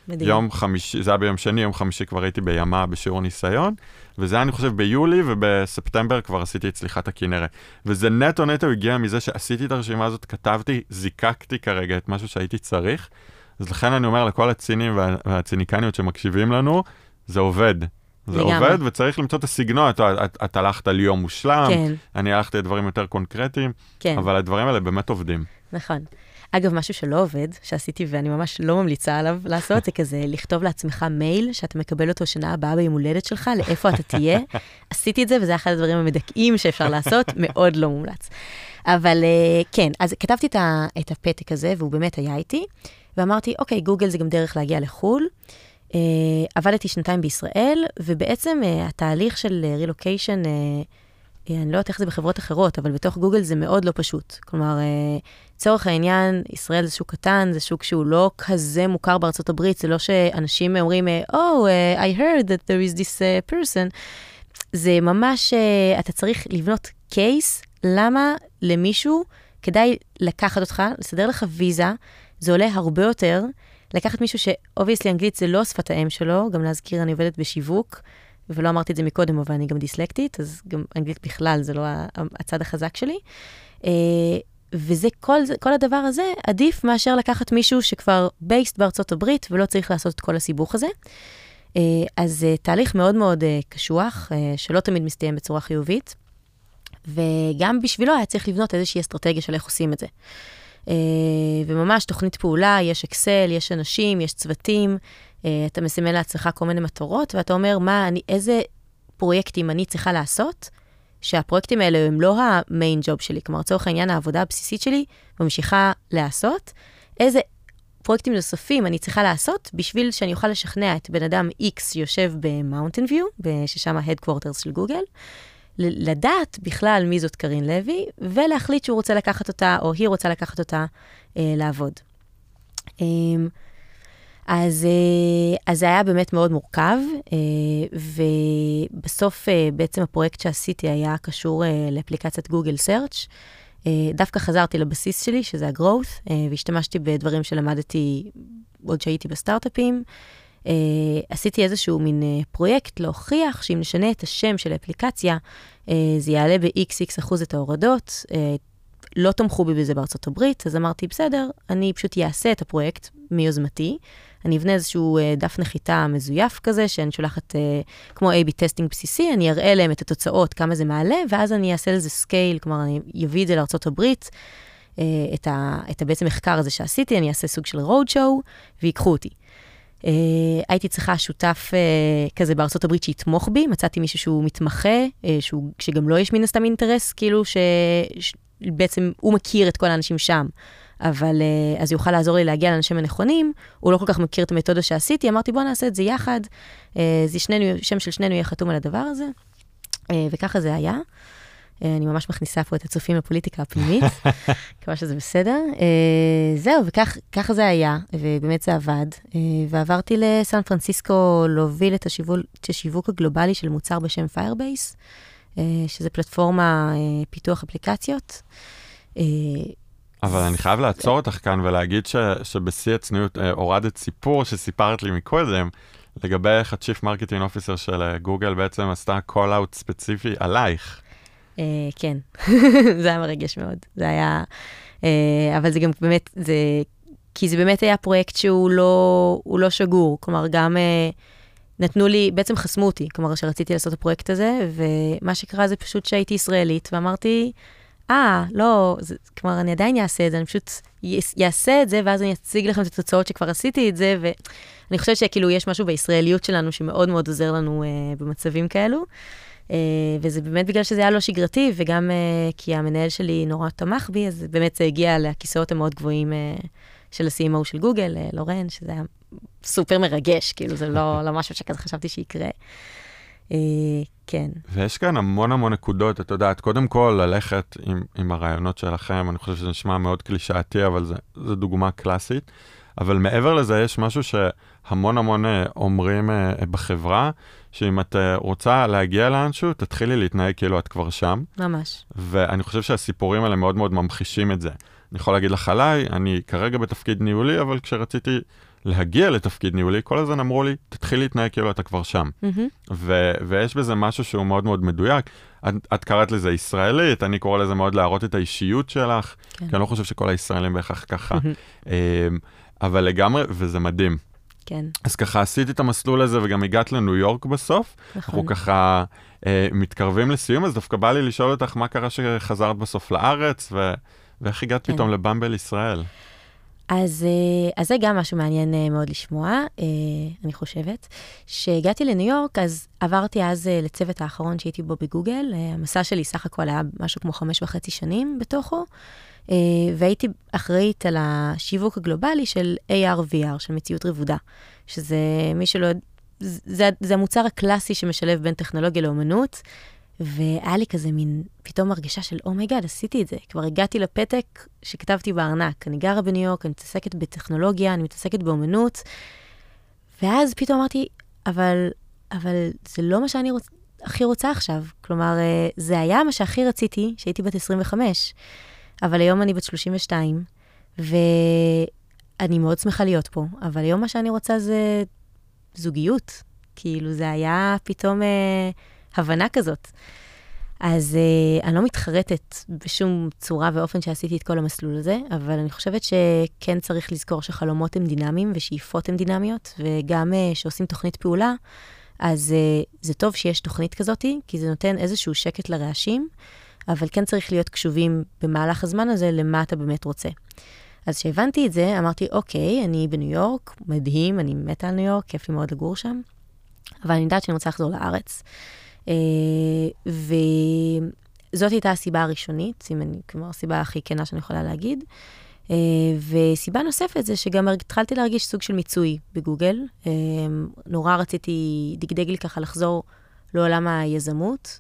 מדהים.
יום חמישי, זה היה ביום שני, יום חמישי כבר הייתי בימה בשיעור ניסיון, וזה היה, אני חושב, ביולי, ובספטמבר כבר עשיתי את צליחת הכנרת. וזה נטו הגיע מזה שעשיתי את הרשימה הזאת, כתבתי, זיקקתי כרגע את משהו שהייתי צריך, אז לכן אני אומר לכל הצינים והציניקניות שמקשיבים לנו, זה עובד. זה עובד, וצריך למצוא את הסגנון. את הלכת על יום מושלם, אני הלכתי לדברים יותר קונקרטיים, אבל הדברים האלה באמת עובדים.
נכון. אגב, משהו שלא עובד, שעשיתי ואני ממש לא ממליצה עליו לעשות, זה כזה לכתוב לעצמך מייל, שאתה מקבל אותו שנה הבאה ביום הולדת שלך, לאיפה אתה תהיה. עשיתי את זה, וזה אחד הדברים המדכאים שאפשר לעשות, מאוד לא מומלץ. אבל כן, אז כתבתי את הפתק הזה, והוא באמת היה איתי, ואמרתי, אוקיי, גוגל זה גם דרך להגיע לחול. עבדתי 2 בישראל, ובעצם התהליך של רילוקיישן, אני לא יודעת איך זה בחברות אחרות, אבל בתוך גוגל זה מאוד לא פשוט. כלומר, צורך העניין, ישראל זה שוק קטן, זה שוק שהוא לא כזה מוכר בארצות הברית, זה לא שאנשים אומרים, I heard that there is this person. זה ממש, אתה צריך לבנות קייס, למה למישהו כדאי לקחת אותך, לסדר לך ויזה, זה עולה הרבה יותר, לקחת מישהו שאובייסלי אנגלית זה לא שפת האם שלו, גם להזכיר, אני עובדת בשיווק, ולא אמרתי את זה מקודם, אבל אני גם דיסלקטית, אז גם אנגלית בכלל זה לא הצד החזק שלי. וזה, כל הדבר הזה עדיף מאשר לקחת מישהו שכבר בייסט בארצות הברית, ולא צריך לעשות את כל הסיבוך הזה. אז תהליך מאוד מאוד קשוח, שלא תמיד מסתיים בצורה חיובית, וגם בשבילו היה צריך לבנות איזושהי אסטרטגיה של איך עושים את זה. וממש תוכנית פעולה, יש אקסל, יש אנשים, יש צוותים, אתה מסמן לעצמך כל מיני מטרות, ואתה אומר, איזה פרויקטים אני צריכה לעשות, שהפרויקטים האלה הם לא המיין ג'וב שלי, כלומר, צורך העניין, העבודה הבסיסית שלי, ממשיכה לעשות, איזה פרויקטים נוספים אני צריכה לעשות, בשביל שאני אוכל לשכנע את בן אדם X יושב במאונטן ויו, ששם ה-headquarters של גוגל, לדעת בכלל מי זאת קרין לוי, ולהחליט שהוא רוצה לקחת אותה, או היא רוצה לקחת אותה לעבוד. אז זה היה באמת מאוד מורכב, ובסוף בעצם הפרויקט שעשיתי היה קשור לאפליקציית גוגל סרצ'. דווקא חזרתי לבסיס שלי, שזה ה-growth, והשתמשתי בדברים שלמדתי עוד שהייתי בסטארט-אפים. עשיתי איזשהו מין פרויקט להוכיח שאם נשנה את השם של האפליקציה, זה יעלה ב-XX% את ההורדות, לא תמכו בי בזה בארצות הברית, אז אמרתי, בסדר, אני פשוט אעשה את הפרויקט מיוזמתי, אני אבנה איזשהו דף נחיתה מזויף כזה, שאני שולחת כמו A-B טסטינג בסיסי, אני אראה להם את התוצאות, כמה זה מעלה, ואז אני אעשה לזה סקייל, כלומר, אני אביא את זה לארצות הברית, את בעצם מחקר הזה שעשיתי, אני אעשה סוג של road show, ויקחו אותי. הייתי צריכה שותף כזה בארצות הברית שיתמוך בי, מצאתי מישהו שהוא מתמחה, שגם לא יש מן הסתם אינטרס, כאילו שבעצם הוא מכיר את כל האנשים שם, אבל אז יוכל לעזור לי להגיע לאנשים הנכונים, הוא לא כל כך מכיר את המתודה שעשיתי, אמרתי בוא נעשה את זה יחד, שם של שנינו יהיה חתום על הדבר הזה, וככה זה היה. אני ממש מכניסה פה את הצופים לפוליטיקה הפנימית, כבר שזה בסדר. זהו, וככה זה היה, ובאמת זה עבד. ועברתי לסן פרנסיסקו להוביל את השיווק הגלובלי של מוצר בשם Firebase, שזה פלטפורמה פיתוח אפליקציות.
אבל אני חייב לעצור אותך כאן ולהגיד שבשיא הצניעות הורדת סיפור שסיפרת לי מקודם, לגבי איך ה-Chief Marketing Officer של גוגל בעצם עשתה call-out ספציפי עלייך.
כן, זה היה מרגש מאוד. זה היה, אבל זה גם באמת, כי זה באמת היה פרויקט שהוא לא שגור. כלומר, גם נתנו לי, בעצם חסמו אותי, כלומר, שרציתי לעשות את הפרויקט הזה, ומה שקרה זה פשוט שהייתי ישראלית, ואמרתי, לא, כלומר, אני עדיין אעשה את זה, אני פשוט אעשה את זה, ואז אני אציג לכם את התוצאות שכבר עשיתי את זה, ואני חושבת שכאילו יש משהו בישראליות שלנו שמאוד מאוד עוזר לנו במצבים כאלו, וזה באמת בגלל שזה היה לא שגרתי, וגם כי המנהל שלי נורא תמך בי, אז באמת זה הגיע לכיסאות המאוד גבוהים של ה-CMO של גוגל, לורן, שזה היה סופר מרגש, כאילו זה לא משהו שכזה חשבתי שיקרה. כן.
ויש כאן המון נקודות, את יודעת, קודם כל ללכת עם הרעיונות שלכם, אני חושב שזה נשמע מאוד קלישאתי, אבל זה דוגמה קלאסית, אבל מעבר לזה יש משהו שהמון אומרים בחברה, שאם את רוצה להגיע לאנשהו, תתחילי להתנהג כאילו את כבר שם.
ממש.
ואני חושב שהסיפורים האלה מאוד ממחישים את זה. אני יכול להגיד לך עליי, אני כרגע בתפקיד ניהולי, אבל כשרציתי להגיע לתפקיד ניהולי, כל הזמן אמרו לי, תתחיל להתנהג כאילו אתה כבר שם. ויש בזה משהו שהוא מאוד מאוד מדויק. את קראת לזה ישראלית, אני קורא לזה מאוד להראות את האישיות שלך, כי אני לא חושב שכל הישראלים בהכרח ככה. אבל לגמרי, וזה מדהים.
כן.
אז ככה עשיתי את המסלול הזה, וגם הגעת לניו יורק בסוף. אנחנו ככה מתקרבים לסיום, אז דווקא בא לי לשאול אותך מה קרה שחזרת בסוף לארץ, ואיך הגעת פתאום לבמבל ישראל.
אז זה גם משהו מעניין מאוד לשמוע, אני חושבת. שהגעתי לניו יורק, אז עברתי אז לצוות האחרון שהייתי בו בגוגל. המסע שלי סך הכל היה משהו כמו 5.5 שנים בתוכו, והייתי אחראית על השיווק הגלובלי של AR/VR, של מציאות רבודה, שזה מי שלא... זה המוצר הקלאסי שמשלב בין טכנולוגיה לאומנות, והיה לי כזה מין פתאום הרגשה של, אומייגאד, עשיתי את זה. כבר הגעתי לפתק שכתבתי בארנק. אני גרה בניו יורק, אני מתעסקת בטכנולוגיה, אני מתעסקת באומנות. ואז פתאום אמרתי, אבל זה לא מה שאני הכי רוצה עכשיו. כלומר, זה היה מה שהכי רציתי, שהייתי בת 25. אבל היום אני בת 32, ואני מאוד שמחה להיות פה. אבל היום מה שאני רוצה זה זוגיות. כאילו, זה היה פתאום... הבנה כזאת. אז אני לא מתחרטת בשום צורה ואופן שעשיתי את כל המסלול הזה, אבל אני חושבת שכן צריך לזכור שחלומות הם דינמיים ושאיפות הם דינמיות, וגם שעושים תוכנית פעולה, אז זה טוב שיש תוכנית כזאת, כי זה נותן איזשהו שקט לרעשים, אבל כן צריך להיות קשובים במהלך הזמן הזה למה אתה באמת רוצה. אז כשהבנתי את זה, אמרתי, אוקיי, אני בניו יורק, מדהים, אני מתה על ניו יורק, כיף לי מאוד לגור שם, אבל אני יודעת שאני רוצה לחזור לארץ. וזאת הייתה הסיבה הראשונית, כלומר, הסיבה הכי כנה שאני יכולה להגיד. וסיבה נוספת זה שגם התחלתי להרגיש סוג של מיצוי בגוגל. נורא רציתי, דגדג לי ככה לחזור לעולם היזמות,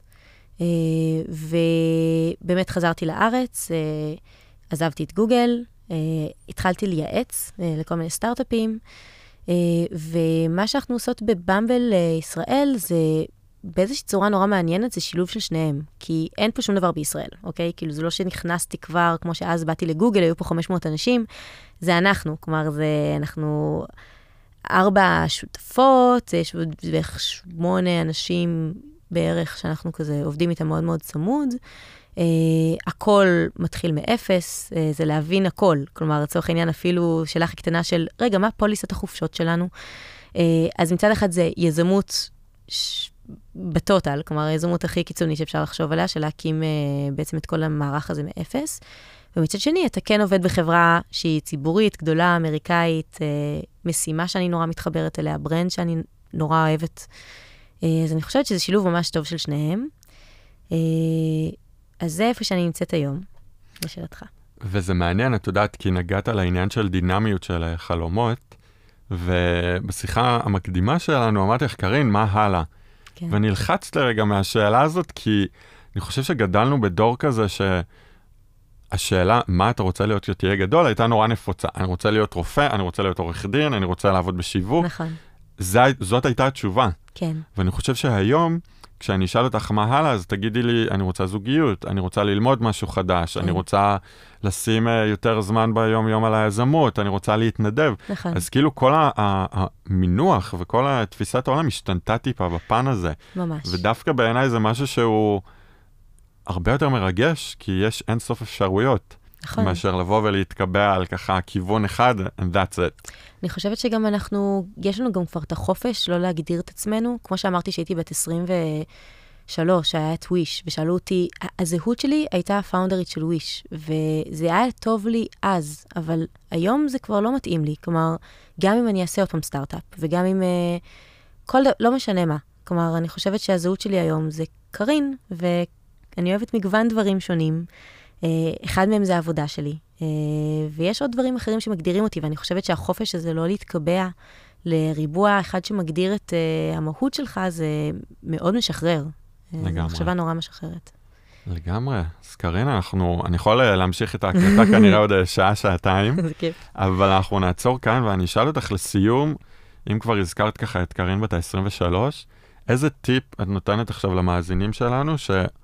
ובאמת חזרתי לארץ, עזבתי את גוגל, התחלתי לייעץ לכל מיני סטארט-אפים, ומה שאנחנו עושות בבמבל ישראל זה באיזושהי צורה נורא מעניינת, זה שילוב של שניהם, כי אין פה שום דבר בישראל, אוקיי? כאילו זה לא שנכנסתי כבר, כמו שאז באתי לגוגל, היו פה 500 אנשים, זה אנחנו, כלומר אנחנו 4 שותפות, יש בערך 8 אנשים בערך שאנחנו כזה עובדים איתם מאוד מאוד צמוד, הכל מתחיל מאפס, זה להבין הכל, כלומר, לצורך העניין אפילו שאלה הכי קטנה של, רגע, מה פוליסת החופשות שלנו? אז מצד אחד זה יזמות בטוטל, כלומר, היזמות הכי קיצונית שאפשר לחשוב עליה, של להקים בעצם את כל המערך הזה מאפס, ומצד שני, אתה כן עובד בחברה שהיא ציבורית, גדולה, אמריקאית, משימה שאני נורא מתחברת אליה, ברנד שאני נורא אוהבת, אז אני חושבת שזה שילוב ממש טוב של שניהם, אז זה איפה שאני נמצאת היום, לשאלתך.
וזה מעניין, את יודעת, כי נגעת על העניין של דינמיות של חלומות, ובשיחה המקדימה שלנו אמרתי לך, קרין, מה הלאה? כן. ונלחצת לרגע מהשאלה הזאת, כי אני חושב שגדלנו בדור כזה שהשאלה, מה אתה רוצה להיות שתהיה גדול, הייתה נורא נפוצה. אני רוצה להיות רופא, אני רוצה להיות עורך דין, אני רוצה לעבוד בשיווק.
נכון.
זאת הייתה התשובה.
כן.
ואני חושב שהיום, כשאני אשאל אותך מה הלאה, אז תגידי לי, אני רוצה זוגיות, אני רוצה ללמוד משהו חדש, אני רוצה לשים יותר זמן ביום על היזמות, אני רוצה להתנדב.
נכון.
אז כאילו כל המינוח וכל התפיסת העולם השתנתה טיפה בפן הזה.
ממש.
ודווקא בעיניי זה משהו שהוא הרבה יותר מרגש, כי יש אין סוף אפשרויות. נכון. מאשר לבוא ולהתקבע על ככה כיוון אחד, and that's it.
אני חושבת שגם יש לנו גם כבר את החופש לא להגדיר את עצמנו. כמו שאמרתי שהייתי בת 23, היה את וויש, ושאלו אותי, הזהות שלי הייתה הפאונדרית של וויש, וזה היה טוב לי אז, אבל היום זה כבר לא מתאים לי. כלומר, גם אם אני אעשה עוד פעם סטארט-אפ, וגם אם לא משנה מה. כלומר, אני חושבת שהזהות שלי היום זה קרין, ואני אוהבת מגוון דברים שונים. אחד מהם זה העבודה שלי, ויש עוד דברים אחרים שמגדירים אותי, ואני חושבת שהחופש הזה לא להתקבע לריבוע אחד שמגדיר את המהות שלך, זה מאוד משחרר.
לגמרי.
מחשבה נורא משחררת.
לגמרי. אז קרינה, אני יכול להמשיך את ההקלטה כנראה עוד שעה, שעתיים,
זה כיף. אבל
אנחנו נעצור כאן, ואני אשאל אותך לסיום, אם כבר הזכרת ככה את קרין בת ה-23, איזה טיפ את נותנת עכשיו למאזינים שלנו,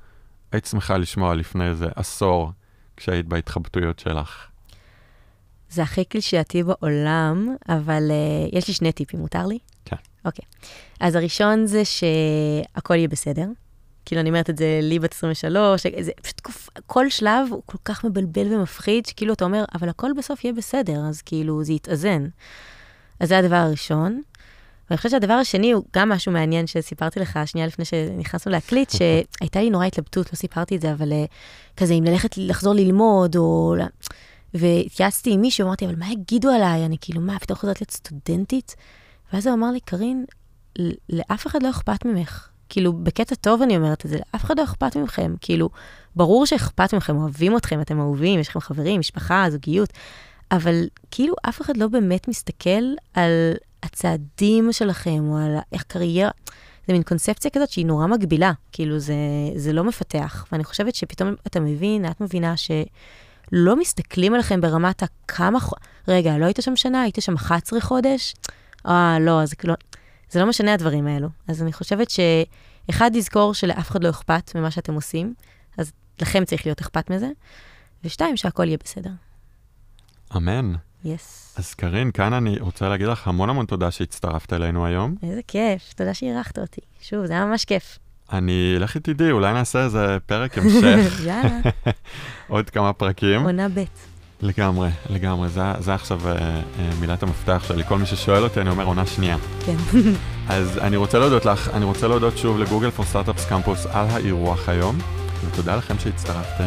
היית שמחה לשמוע לפני איזה עשור, כשהיית בהתחבטויות שלך?
זה הכי קלישאתי בעולם, אבל יש לי 2 טיפים, מותר לי?
כן.
אוקיי. אז הראשון זה שהכל יהיה בסדר. כאילו אני אומרת את זה לי בת 23, זה פשוט כל שלב הוא כל כך מבלבל ומפחיד, שכאילו אתה אומר, אבל הכל בסוף יהיה בסדר, אז כאילו זה יתאזן. אז זה הדבר הראשון. ואני חושבת שהדבר השני הוא גם משהו מעניין שסיפרתי לך, שנייה לפני שנכנסנו להקליט, שהייתה לי נורא התלבטות, לא סיפרתי את זה, אבל כזה, אם לחזור ללמוד, או... והתייעצתי עם מישהו, אמרתי, אבל מה יגידו עליי? אני כאילו, מה, פתאום חוזרת להיות סטודנטית? ואז הוא אמר לי, קרין, לאף אחד לא אכפת ממך. כאילו, בקטע טוב אני אומרת את זה, לאף אחד לא אכפת ממכם. כאילו, ברור שאכפת ממכם, אוהבים אתכם, אתם אהובים, יש לכם חברים, משפחה, זוגיות, אבל כאילו, אף אחד לא באמת מסתכל על הצעדים שלכם, או על איך קריירה. זה מין קונספציה כזאת שהיא נורא מגבילה. כאילו, זה לא מפתח. ואני חושבת שפתאום אתה מבין, את מבינה שלא מסתכלים עליכם ברמת הכמה... רגע, לא היית שם שנה? היית שם 11 חודש? לא, זה לא משנה הדברים האלו. אז אני חושבת שאחד יזכור שלאף אחד לא אכפת ממה שאתם עושים, אז לכם צריך להיות אכפת מזה, ושתיים, שהכל יהיה בסדר.
אמן.
יס.
אז קרין, כאן אני רוצה להגיד לך המון תודה שהצטרפת אלינו היום.
איזה כיף, תודה שהערכת אותי. שוב, זה היה ממש כיף.
לך תדעי, אולי נעשה איזה פרק המשך.
יאללה.
עוד כמה פרקים.
עונה ב'.
לגמרי. זה עכשיו מילת המפתח שלי. כל מי ששואל אותי, אני אומר עונה שנייה.
כן.
אז אני רוצה להודות לך, אני רוצה להודות שוב לגוגל פור סטארט-אפס קמפוס על האירוח היום, ותודה לכם שהצטרפתם.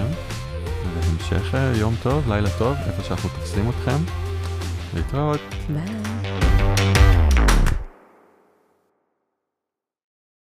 והמשך יום טוב, לילה טוב, איפה שאנחנו תופסים אתכם. להתראות.
ביי.